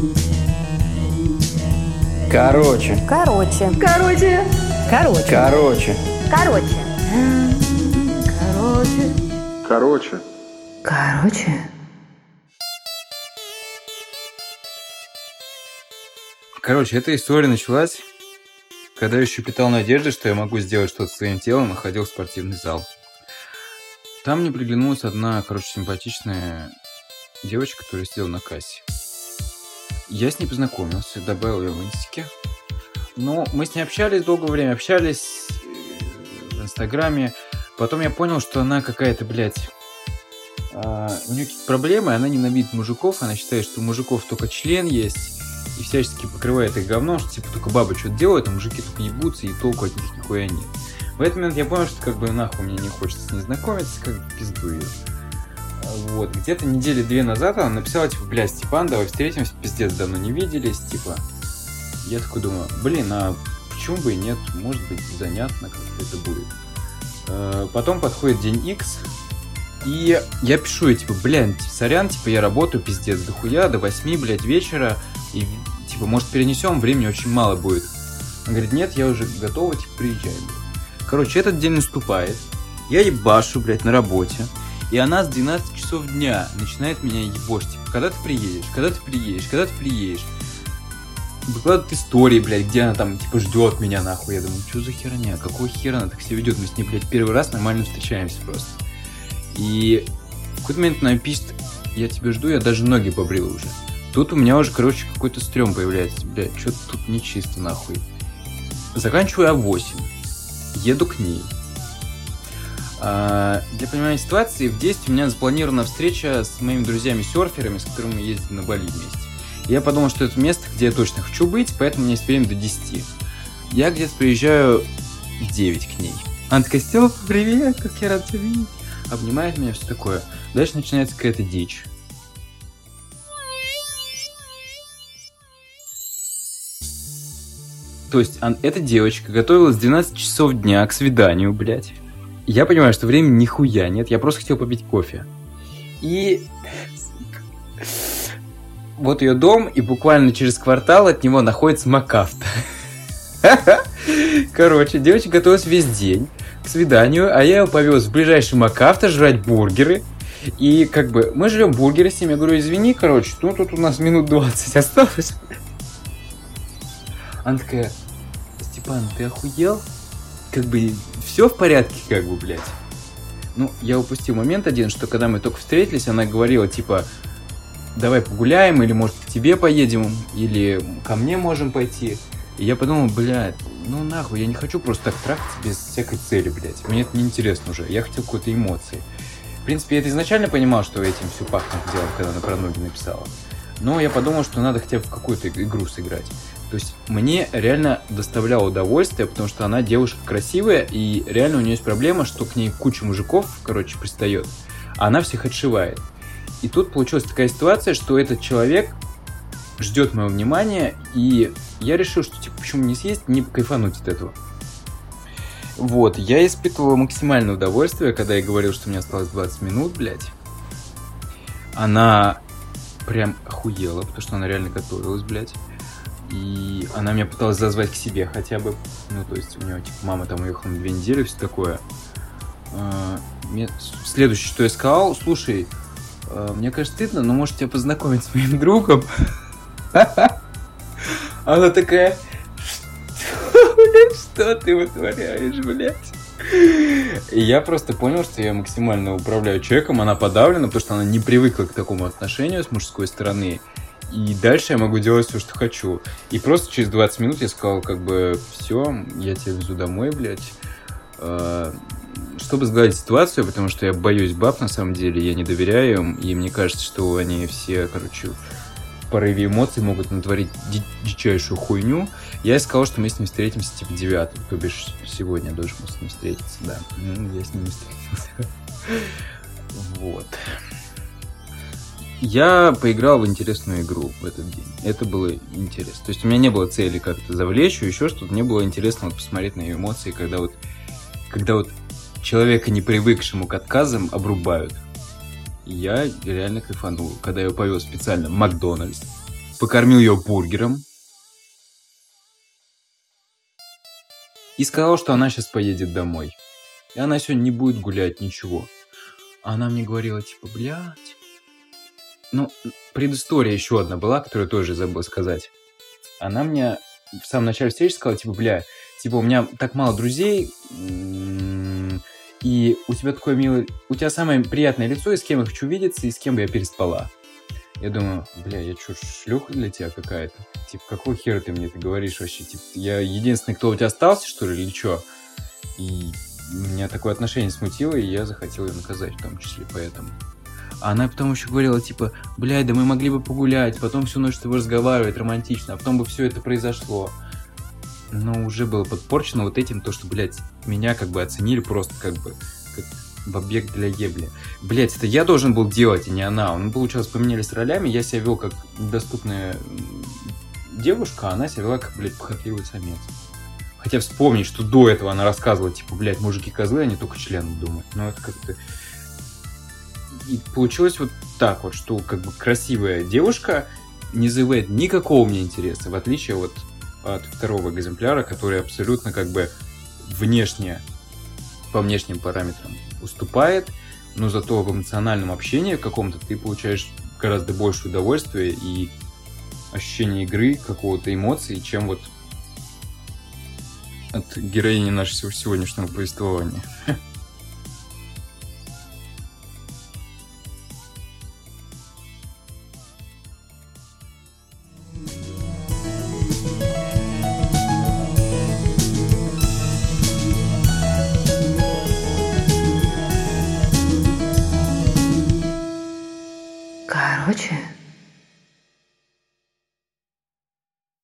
Короче. Короче. Короче. Короче. Короче. Короче. Короче. Короче. Короче, эта история началась, когда я еще питал надежды, что я могу сделать что-то с своим телом, и ходил в спортивный зал. Там мне приглянулась одна, симпатичная девочка, которая сидела на кассе. Я с ней познакомился, добавил ее в инстике. Но мы с ней общались долгое время, общались в Инстаграме. Потом я понял, что она какая-то, у нее какие-то проблемы, она ненавидит мужиков, она считает, что у мужиков только член есть, и всячески покрывает их говном, что типа только бабы что-то делают, а мужики только ебутся, и толку от них нихуя нет. В этот момент я понял, что нахуй мне не хочется с ней знакомиться, пизду ее. Вот, где-то недели 2 назад она написала, Степан, давай встретимся, пиздец, давно не виделись, Я такой думаю, а почему бы и нет, может быть, занятно как-то это будет. Потом подходит день X, и я пишу ей, сорян, я работаю, пиздец, дохуя, до 8, вечера, и, может, перенесем, времени очень мало будет. Она говорит, нет, я уже готова, приезжай. Короче, этот день наступает, я ебашу, на работе, и она с 12 часов дня начинает меня ебошь, когда ты приедешь, когда ты приедешь, когда ты приедешь. Выкладывает истории, где она там, ждет меня, нахуй. Я думаю, что за херня, какого хера она так себя ведет? Мы с ней, первый раз нормально встречаемся просто. И в какой-то момент она пишет, я тебя жду, я даже ноги побрил уже. Тут у меня уже, какой-то стрём появляется. Что-то тут нечисто, нахуй. Заканчиваю я 8. Еду к ней. Для понимания ситуации, в 10 у меня запланирована встреча с моими друзьями-серферами, с которыми мы ездили на Бали вместе. Я подумал, что это место, где я точно хочу быть, поэтому у меня есть время до 10. Я где-то приезжаю в 9 к ней. Она такая, Стёпа, привет, как я рад тебя видеть. Обнимает меня, все такое. Дальше начинается какая-то дичь. То есть, эта девочка готовилась с 12 часов дня к свиданию, Я понимаю, что времени нихуя нет, я просто хотел попить кофе. И... Вот ее дом, и буквально через квартал от него находится МакАвто. Короче, девочка готовилась весь день к свиданию, а я ее повез в ближайший МакАвто жрать бургеры. И мы жрем бургеры с ним. Я говорю, извини, тут у нас минут 20 осталось. Она такая, Степан, ты охуел? Все в порядке, я упустил момент один, что когда мы только встретились, она говорила, давай погуляем, или, может, к тебе поедем, или ко мне можем пойти. И я подумал, нахуй, я не хочу просто так трахаться без всякой цели, Мне это неинтересно уже, я хотел какой-то эмоции. В принципе, я это изначально понимал, что этим все пахнет делом, когда она про ноги написала. Но я подумал, что надо хотя бы в какую-то игру сыграть. То есть мне реально доставляло удовольствие, потому что она девушка красивая, и реально у нее есть проблема, что к ней куча мужиков, пристает, а она всех отшивает. И тут получилась такая ситуация, что этот человек ждет моего внимания, и я решил, что почему не съесть, не кайфануть от этого. Вот, я испытывал максимальное удовольствие, когда я говорил, что мне осталось 20 минут, Она прям охуела, потому что она реально готовилась, И она меня пыталась зазвать к себе хотя бы. То есть у нее, мама там уехала на 2 недели, все такое. Следующее, что я сказал, слушай, мне кажется, стыдно, но может тебя познакомить с моим другом? Она такая, что ты вытворяешь, И я просто понял, что я максимально управляю человеком, она подавлена, потому что она не привыкла к такому отношению с мужской стороны. И дальше я могу делать все, что хочу. И просто через 20 минут я сказал, все, я тебя везу домой, Чтобы сгладить ситуацию, потому что я боюсь баб, на самом деле, я не доверяю им, и мне кажется, что они все, в порыве эмоций могут натворить дичайшую хуйню. Я сказал, что мы с ним встретимся, 9, то бишь сегодня должен с ним встретиться, да. Я с ним встретился. Вот. Я поиграл в интересную игру в этот день. Это было интересно. То есть у меня не было цели как-то завлечь, еще что-то. Мне было интересно посмотреть на ее эмоции, когда человека, не привыкшему к отказам, обрубают. И я реально кайфанул, когда я его повез специально в Макдональдс. покормил ее бургером и сказал, что она сейчас поедет домой. И она сегодня не будет гулять, ничего. А она мне говорила, типа, блядь. Ну, предыстория еще одна была, которую тоже забыл сказать. Она мне в самом начале встречи сказала, типа, бля, типа, у меня так мало друзей, и у тебя такое милое... У тебя самое приятное лицо, и с кем я хочу видеться, и с кем бы я переспала. Я думаю, бля, я что, шлюха для тебя какая-то? Типа, какого хера ты мне это говоришь вообще? Типа, я единственный, кто у тебя остался, что ли, или что? И меня такое отношение смутило, и я захотел ее наказать, в том числе поэтому. А она потом еще говорила, типа, блядь, да мы могли бы погулять, потом всю ночь с тобой разговаривать романтично, а потом бы все это произошло. Но уже было подпорчено вот этим, то, что, блядь, меня как бы оценили просто как бы как в объект для ебли. Блядь, это я должен был делать, а не она. Ну, получилось, поменялись ролями, я себя вел как недоступная девушка, а она себя вела как, блядь, похотливый самец. Хотя вспомнить, что до этого она рассказывала, типа, блядь, мужики козлы, они только члены думают. Но это как-то... И получилось вот так вот, что как бы красивая девушка не вызывает никакого мне интереса, в отличие вот от второго экземпляра, который абсолютно как бы внешне, по внешним параметрам уступает, но зато в эмоциональном общении каком-то ты получаешь гораздо больше удовольствия и ощущение игры, какого-то эмоций, чем вот от героини нашего сегодняшнего повествования. Короче...